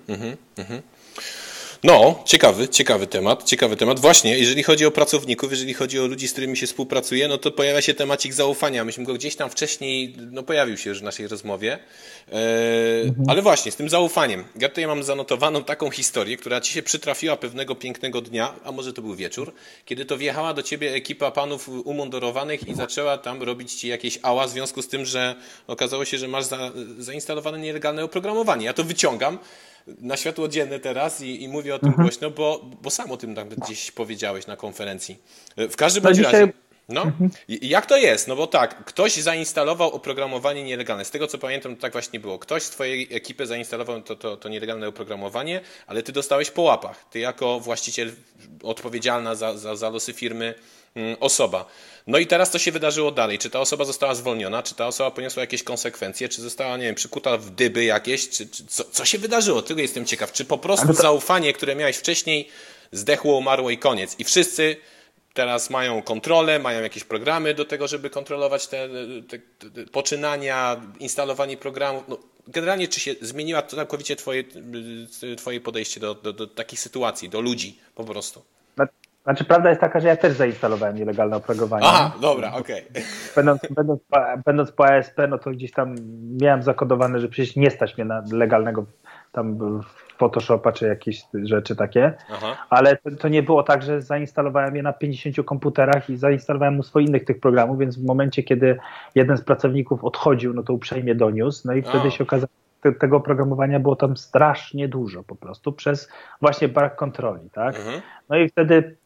No, ciekawy temat. Właśnie, jeżeli chodzi o pracowników, jeżeli chodzi o ludzi, z którymi się współpracuje, no to pojawia się temacik zaufania. Myśmy go gdzieś tam wcześniej, no pojawił się już w naszej rozmowie. Ale właśnie, z tym zaufaniem. Ja tutaj mam zanotowaną taką historię, która ci się przytrafiła pewnego pięknego dnia, a może to był wieczór, kiedy to wjechała do ciebie ekipa panów umundurowanych i zaczęła tam robić ci jakieś ała w związku z tym, że okazało się, że masz zainstalowane nielegalne oprogramowanie. Ja to wyciągam na światło dzienne teraz i mówię o tym głośno, bo sam o tym nawet gdzieś powiedziałeś na konferencji. W każdym bądź razie, no, jak to jest? No bo tak, ktoś zainstalował oprogramowanie nielegalne. Z tego co pamiętam, to tak właśnie było. Ktoś z twojej ekipy zainstalował to nielegalne oprogramowanie, ale ty dostałeś po łapach. Ty jako właściciel odpowiedzialna za losy firmy osoba. No i teraz co się wydarzyło dalej? Czy ta osoba została zwolniona? Czy ta osoba poniosła jakieś konsekwencje? Czy została, nie wiem, przykuta w dyby jakieś? Co się wydarzyło? Tego jestem ciekaw. Czy po prostu zaufanie, które miałeś wcześniej, zdechło, umarło i koniec? I wszyscy teraz mają kontrolę, mają jakieś programy do tego, żeby kontrolować te poczynania, instalowanie programów. No, generalnie czy się zmieniła całkowicie twoje podejście do takich sytuacji, do ludzi po prostu?
Znaczy, prawda jest taka, że ja też zainstalowałem nielegalne oprogramowanie.
Aha, dobra, okej.
Będąc po ASP, no to gdzieś tam miałem zakodowane, że przecież nie stać mnie na legalnego tam Photoshopa czy jakieś rzeczy takie. Aha. Ale to nie było tak, że zainstalowałem je na 50 komputerach i zainstalowałem mnóstwo innych tych programów, więc w momencie, kiedy jeden z pracowników odchodził, no to uprzejmie doniósł, no i wtedy się okazało, że tego oprogramowania było tam strasznie dużo po prostu przez właśnie brak kontroli, tak? No i wtedy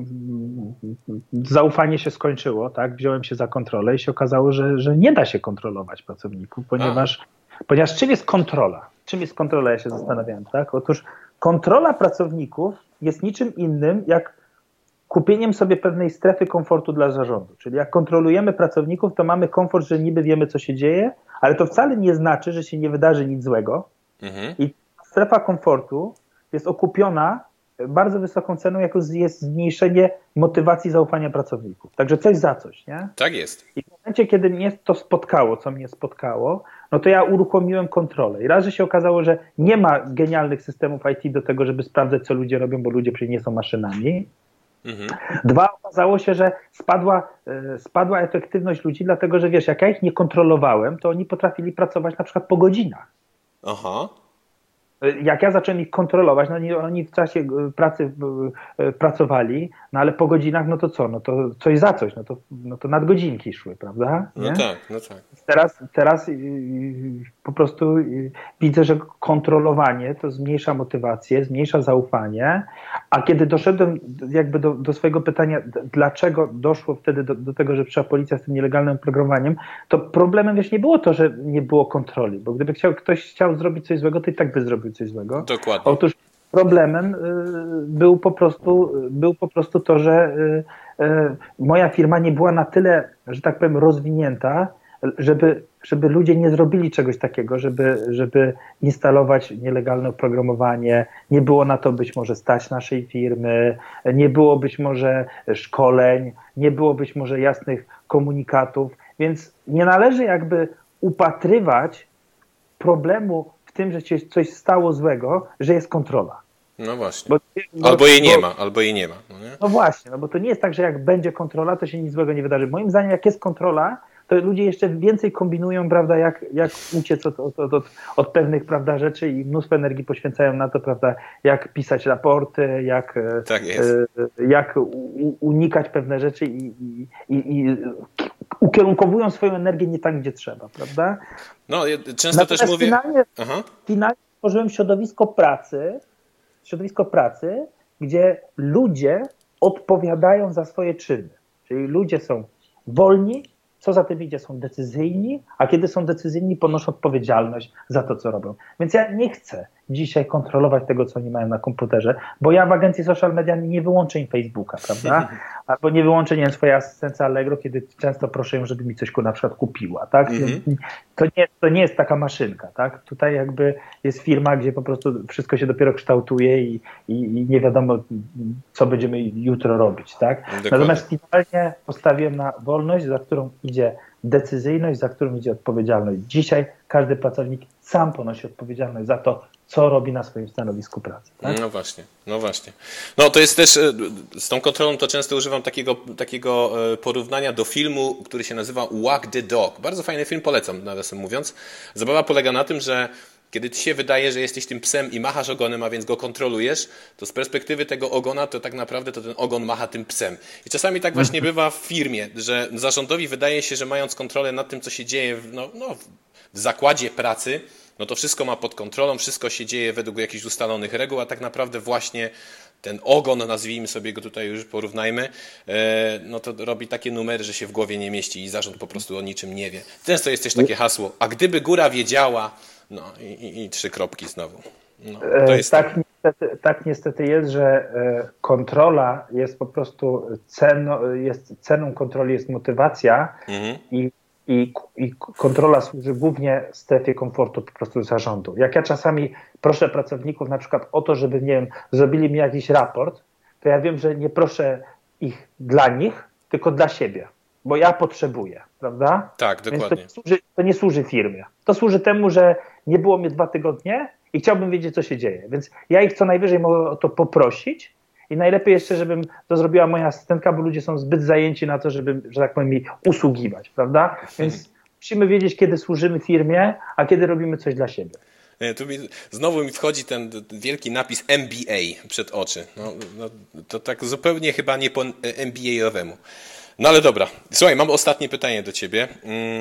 zaufanie się skończyło, tak? Wziąłem się za kontrolę i się okazało, że nie da się kontrolować pracowników, ponieważ czym jest kontrola? Czym jest kontrola? Ja się zastanawiałem, tak? Otóż kontrola pracowników jest niczym innym jak kupieniem sobie pewnej strefy komfortu dla zarządu. Czyli jak kontrolujemy pracowników, to mamy komfort, że niby wiemy, co się dzieje, ale to wcale nie znaczy, że się nie wydarzy nic złego. I strefa komfortu jest okupiona bardzo wysoką ceną, jaką jest zmniejszenie motywacji zaufania pracowników. Także coś za coś, nie?
Tak jest.
I w momencie, kiedy mnie to spotkało, co mnie spotkało, no to ja uruchomiłem kontrolę. I raz, że się okazało, że nie ma genialnych systemów IT do tego, żeby sprawdzać, co ludzie robią, bo ludzie przecież nie są maszynami. Dwa, okazało się, że spadła efektywność ludzi, dlatego że wiesz, jak ja ich nie kontrolowałem, to oni potrafili pracować na przykład po godzinach.
Aha.
Jak ja zacząłem ich kontrolować, no oni w czasie pracy pracowali, no ale po godzinach, no to co? No to coś za coś, no to nadgodzinki szły, prawda? Nie?
No tak.
Teraz po prostu widzę, że kontrolowanie to zmniejsza motywację, zmniejsza zaufanie, a kiedy doszedłem jakby do swojego pytania, dlaczego doszło wtedy do tego, że przyszła policja z tym nielegalnym oprogramowaniem, to problemem wiesz, nie było to, że nie było kontroli, bo gdyby ktoś chciał zrobić coś złego, to i tak by zrobił coś złego.
Dokładnie.
Otóż problemem był po prostu to, że moja firma nie była na tyle, że tak powiem, rozwinięta, żeby ludzie nie zrobili czegoś takiego, żeby instalować nielegalne oprogramowanie. Nie było na to być może stać naszej firmy, nie było być może szkoleń, nie było być może jasnych komunikatów, więc nie należy jakby upatrywać problemu w tym, że się coś stało złego, że jest kontrola.
No właśnie. Albo jej nie ma. No, nie?
No właśnie, no bo to nie jest tak, że jak będzie kontrola, to się nic złego nie wydarzy. Moim zdaniem, jak jest kontrola, to ludzie jeszcze więcej kombinują, prawda, jak uciec od pewnych, prawda, rzeczy i mnóstwo energii poświęcają na to, prawda, jak pisać raporty, jak unikać pewne rzeczy i ukierunkowują swoją energię nie tam, gdzie trzeba, prawda?
No, często też mówię...
Finalnie stworzyłem środowisko pracy, gdzie ludzie odpowiadają za swoje czyny. Czyli ludzie są wolni, co za tym idzie, są decyzyjni, a kiedy są decyzyjni, ponoszą odpowiedzialność za to, co robią. Więc ja dzisiaj kontrolować tego, co oni mają na komputerze, bo ja w agencji social media nie wyłączę im Facebooka, prawda? Albo nie wyłączę, nie wiem, swojej asystence Allegro, kiedy często proszę ją, żeby mi coś na przykład kupiła, tak? To nie jest taka maszynka, tak? Tutaj jakby jest firma, gdzie po prostu wszystko się dopiero kształtuje i nie wiadomo, co będziemy jutro robić, tak?
Dokładnie.
Natomiast finalnie postawiłem na wolność, za którą idzie decyzyjność, za którą idzie odpowiedzialność. Dzisiaj każdy pracownik sam ponosi odpowiedzialność za to, co robi na swoim stanowisku pracy. Tak?
No właśnie. No to jest też, z tą kontrolą to często używam takiego porównania do filmu, który się nazywa Wag the Dog. Bardzo fajny film, polecam, nawiasem mówiąc. Zabawa polega na tym, że kiedy ci się wydaje, że jesteś tym psem i machasz ogonem, a więc go kontrolujesz, to z perspektywy tego ogona, to tak naprawdę to ten ogon macha tym psem. I czasami tak właśnie bywa w firmie, że zarządowi wydaje się, że mając kontrolę nad tym, co się dzieje w zakładzie pracy, no to wszystko ma pod kontrolą, wszystko się dzieje według jakichś ustalonych reguł, a tak naprawdę właśnie ten ogon, nazwijmy sobie go tutaj już, porównajmy, no to robi takie numery, że się w głowie nie mieści i zarząd po prostu o niczym nie wie. Często jest też takie hasło, a gdyby góra wiedziała, no i 3 kropki znowu. No, to jest
tak niestety jest, że kontrola jest po prostu ceną kontroli jest motywacja i kontrola służy głównie strefie komfortu po prostu zarządu. Jak ja czasami proszę pracowników na przykład o to, żeby, nie wiem, zrobili mi jakiś raport, to ja wiem, że nie proszę ich dla nich, tylko dla siebie, bo ja potrzebuję, prawda?
Tak, dokładnie.
Więc to nie służy firmie. To służy temu, że nie było mnie 2 tygodnie i chciałbym wiedzieć, co się dzieje. Więc ja ich co najwyżej mogę o to poprosić i najlepiej jeszcze, żebym to zrobiła moja asystentka, bo ludzie są zbyt zajęci na to, żeby, że tak powiem, mi usługiwać, prawda? Więc musimy wiedzieć, kiedy służymy firmie, a kiedy robimy coś dla siebie.
Znowu mi wchodzi ten wielki napis MBA przed oczy. To tak zupełnie chyba nie po MBA-owemu. No ale dobra. Słuchaj, mam ostatnie pytanie do ciebie.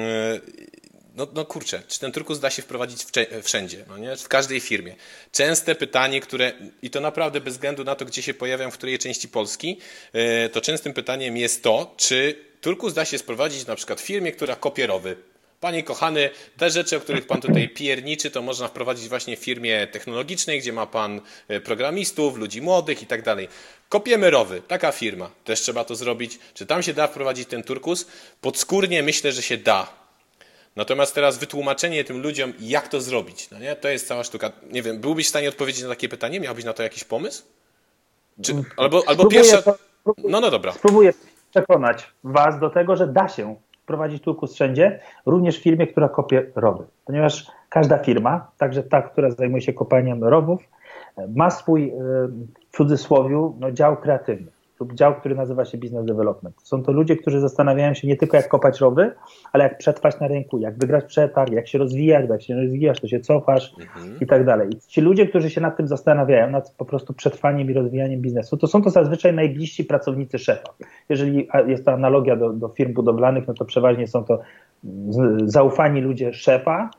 No kurczę, czy ten turkus da się wprowadzić wszędzie, no nie? W każdej firmie? Częste pytanie, i to naprawdę bez względu na to, gdzie się pojawiam, w której części Polski, to częstym pytaniem jest to, czy turkus da się sprowadzić na przykład w firmie, która kopie rowy. Panie kochany, te rzeczy, o których pan tutaj pierniczy, to można wprowadzić właśnie w firmie technologicznej, gdzie ma pan programistów, ludzi młodych i tak dalej. Kopiemy rowy, taka firma, też trzeba to zrobić. Czy tam się da wprowadzić ten turkus? Podskórnie myślę, że się da. Natomiast teraz wytłumaczenie tym ludziom, jak to zrobić, no nie? To jest cała sztuka. Nie wiem, byłbyś w stanie odpowiedzieć na takie pytanie? Miałbyś na to jakiś pomysł? Albo pierwsza... No dobra.
Spróbuję przekonać was do tego, że da się wprowadzić turkus wszędzie, również w firmie, która kopie rowy. Ponieważ każda firma, także ta, która zajmuje się kopaniem rowów, ma swój, w cudzysłowiu, dział kreatywny lub dział, który nazywa się business development. Są to ludzie, którzy zastanawiają się nie tylko jak kopać rowy, ale jak przetrwać na rynku, jak wygrać przetarg, jak się rozwijać, bo jak się nie rozwijasz, to się cofasz i tak dalej. I ci ludzie, którzy się nad tym zastanawiają, nad po prostu przetrwaniem i rozwijaniem biznesu, to są to zazwyczaj najbliżsi pracownicy szefa. Jeżeli jest to analogia do firm budowlanych, no to przeważnie są to zaufani ludzie szefa,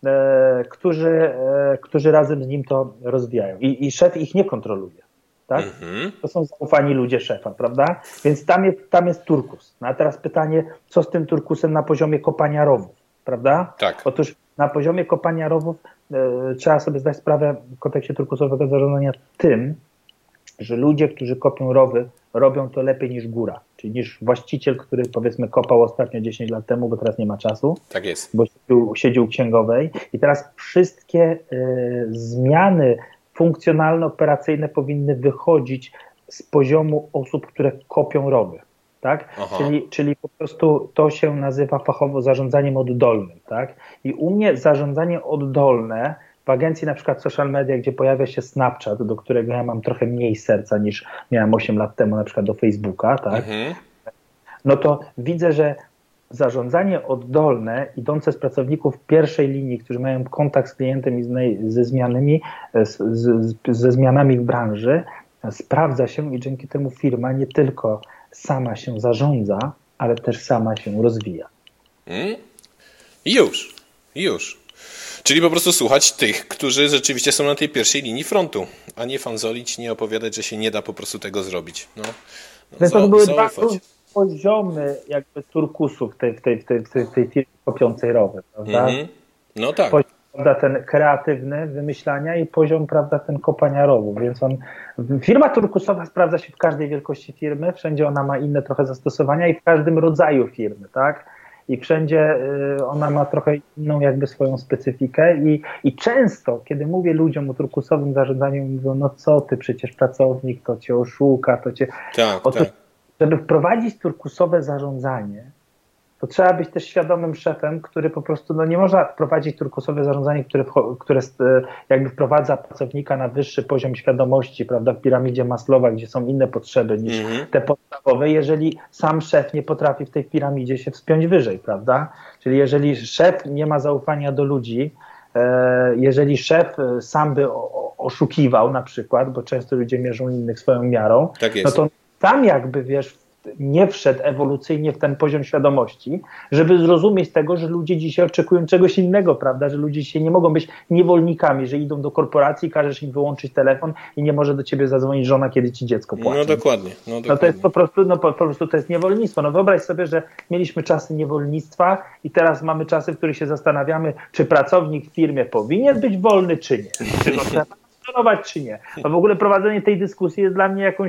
którzy razem z nim to rozwijają. I szef ich nie kontroluje. Tak? To są zaufani ludzie szefa, prawda? Więc tam jest turkus. No a teraz pytanie, co z tym turkusem na poziomie kopania rowów, prawda?
Tak.
Otóż na poziomie kopania rowów trzeba sobie zdać sprawę w kontekście turkusowego zarządzania tym, że ludzie, którzy kopią rowy, robią to lepiej niż góra, czyli niż właściciel, który powiedzmy kopał ostatnio 10 lat temu, bo teraz nie ma czasu,
tak jest.
Bo siedzi u księgowej i teraz wszystkie zmiany funkcjonalno-operacyjne powinny wychodzić z poziomu osób, które kopią rowy. Tak? Czyli po prostu to się nazywa fachowo zarządzaniem oddolnym. Tak? I u mnie zarządzanie oddolne w agencji na przykład social media, gdzie pojawia się Snapchat, do którego ja mam trochę mniej serca niż miałem 8 lat temu na przykład do Facebooka, tak? No to widzę, że zarządzanie oddolne, idące z pracowników pierwszej linii, którzy mają kontakt z klientem i ze zmianami w branży, sprawdza się i dzięki temu firma nie tylko sama się zarządza, ale też sama się rozwija.
Już. Czyli po prostu słuchać tych, którzy rzeczywiście są na tej pierwszej linii frontu, a nie fanzolić, nie opowiadać, że się nie da po prostu tego zrobić.
Więc to były dwa poziomy jakby turkusu w tej firmie kopiącej rowy, prawda?
No tak.
prawda, ten kreatywny wymyślania i poziom, prawda, ten kopania rowów, więc firma turkusowa sprawdza się w każdej wielkości firmy, wszędzie ona ma inne trochę zastosowania i w każdym rodzaju firmy, tak? I wszędzie ona ma trochę inną jakby swoją specyfikę i często, kiedy mówię ludziom o turkusowym zarządzaniu, mówią, no co ty, przecież pracownik to cię oszuka, to cię...
Tak.
Żeby wprowadzić turkusowe zarządzanie, to trzeba być też świadomym szefem, który po prostu, no nie można wprowadzić turkusowe zarządzanie, które jakby wprowadza pracownika na wyższy poziom świadomości, prawda, w piramidzie Maslowa, gdzie są inne potrzeby niż te podstawowe, jeżeli sam szef nie potrafi w tej piramidzie się wspiąć wyżej, prawda? Czyli jeżeli szef nie ma zaufania do ludzi, jeżeli szef sam by oszukiwał na przykład, bo często ludzie mierzą innych swoją miarą,
tak jest.
No to sam jakby, wiesz, nie wszedł ewolucyjnie w ten poziom świadomości, żeby zrozumieć tego, że ludzie dzisiaj oczekują czegoś innego, prawda, że ludzie dzisiaj nie mogą być niewolnikami, że idą do korporacji, każesz im wyłączyć telefon i nie może do ciebie zadzwonić żona, kiedy ci dziecko płacze.
No dokładnie.
No to jest po prostu to jest niewolnictwo. No wyobraź sobie, że mieliśmy czasy niewolnictwa i teraz mamy czasy, w których się zastanawiamy, czy pracownik w firmie powinien być wolny, czy nie. Czy go trzeba kontrolować, czy nie. No w ogóle prowadzenie tej dyskusji jest dla mnie jakąś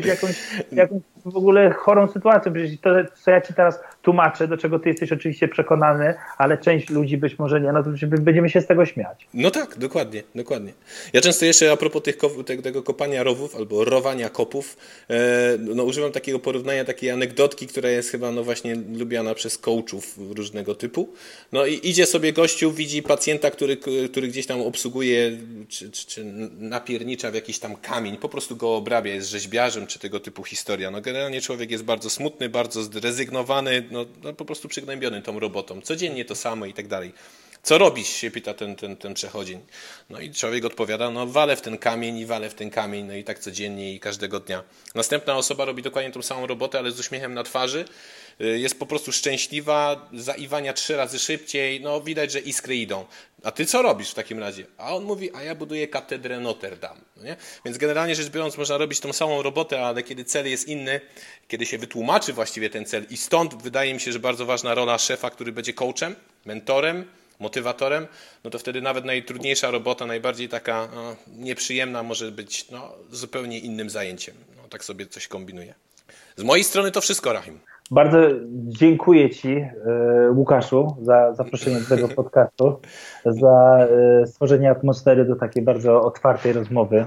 w ogóle chorą sytuacją. Przecież to, co ja ci teraz tłumaczę, do czego ty jesteś oczywiście przekonany, ale część ludzi być może nie, no to będziemy się z tego śmiać.
No tak, dokładnie. Ja często jeszcze a propos tego kopania rowów albo rowania kopów, no używam takiego porównania, takiej anegdotki, która jest chyba no właśnie lubiana przez coachów różnego typu. No i idzie sobie gościu, widzi pacjenta, który gdzieś tam obsługuje, czy napiernicza w jakiś tam kamień, po prostu go obrabia, jest rzeźbiarzem, czy tego typu historia. No generalnie człowiek jest bardzo smutny, bardzo zrezygnowany, no po prostu przygnębiony tą robotą. Codziennie to samo i tak dalej. Co robisz, się pyta ten przechodzień. No i człowiek odpowiada, no walę w ten kamień, no i tak codziennie i każdego dnia. Następna osoba robi dokładnie tą samą robotę, ale z uśmiechem na twarzy, jest po prostu szczęśliwa, zaiwania 3 razy szybciej, no widać, że iskry idą. A ty co robisz w takim razie? A on mówi, a ja buduję katedrę Notre Dame. No nie? Więc generalnie rzecz biorąc można robić tą samą robotę, ale kiedy cel jest inny, kiedy się wytłumaczy właściwie ten cel i stąd wydaje mi się, że bardzo ważna rola szefa, który będzie coachem, mentorem, motywatorem, no to wtedy nawet najtrudniejsza robota, najbardziej taka nieprzyjemna może być zupełnie innym zajęciem. No, tak sobie coś kombinuję. Z mojej strony to wszystko, Rahim.
Bardzo dziękuję ci, Łukaszu, za zaproszenie do tego podcastu, za stworzenie atmosfery do takiej bardzo otwartej rozmowy.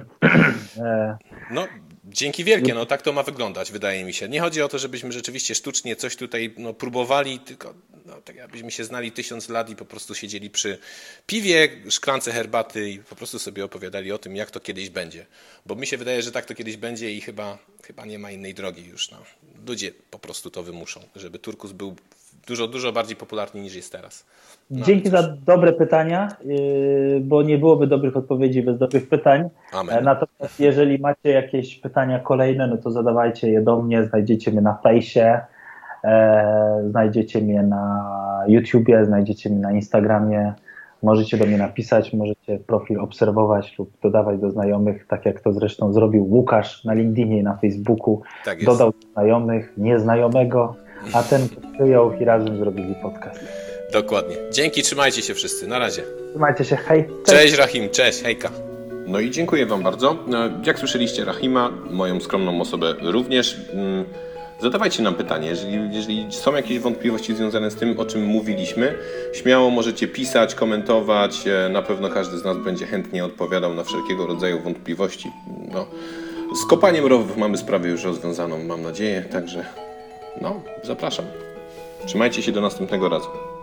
No, dzięki wielkie, no tak to ma wyglądać, wydaje mi się. Nie chodzi o to, żebyśmy rzeczywiście sztucznie coś tutaj próbowali, tylko tak jakbyśmy się znali 1000 lat i po prostu siedzieli przy piwie, szklance herbaty i po prostu sobie opowiadali o tym, jak to kiedyś będzie. Bo mi się wydaje, że tak to kiedyś będzie i chyba nie ma innej drogi już. No. Ludzie po prostu to wymuszą, żeby turkus był dużo bardziej popularny niż jest teraz. No,
dzięki za dobre pytania, bo nie byłoby dobrych odpowiedzi bez dobrych pytań.
Amen.
Natomiast jeżeli macie jakieś pytania kolejne, no to zadawajcie je do mnie, znajdziecie mnie na fejsie, znajdziecie mnie na YouTubie, znajdziecie mnie na Instagramie, możecie do mnie napisać, możecie profil obserwować lub dodawać do znajomych, tak jak to zresztą zrobił Łukasz na LinkedInie i na Facebooku.
Tak
dodał do znajomych, nieznajomego, a ten przyjął i razem zrobili podcast.
Dokładnie. Dzięki, trzymajcie się wszyscy. Na razie.
Trzymajcie się, hej.
Cześć Rahim, cześć, hejka. No i dziękuję wam bardzo. Jak słyszeliście Rahima, moją skromną osobę również. Zadawajcie nam pytanie, jeżeli są jakieś wątpliwości związane z tym, o czym mówiliśmy, śmiało możecie pisać, komentować, na pewno każdy z nas będzie chętnie odpowiadał na wszelkiego rodzaju wątpliwości. No, z kopaniem rowów mamy sprawę już rozwiązaną, mam nadzieję, także zapraszam. Trzymajcie się do następnego razu.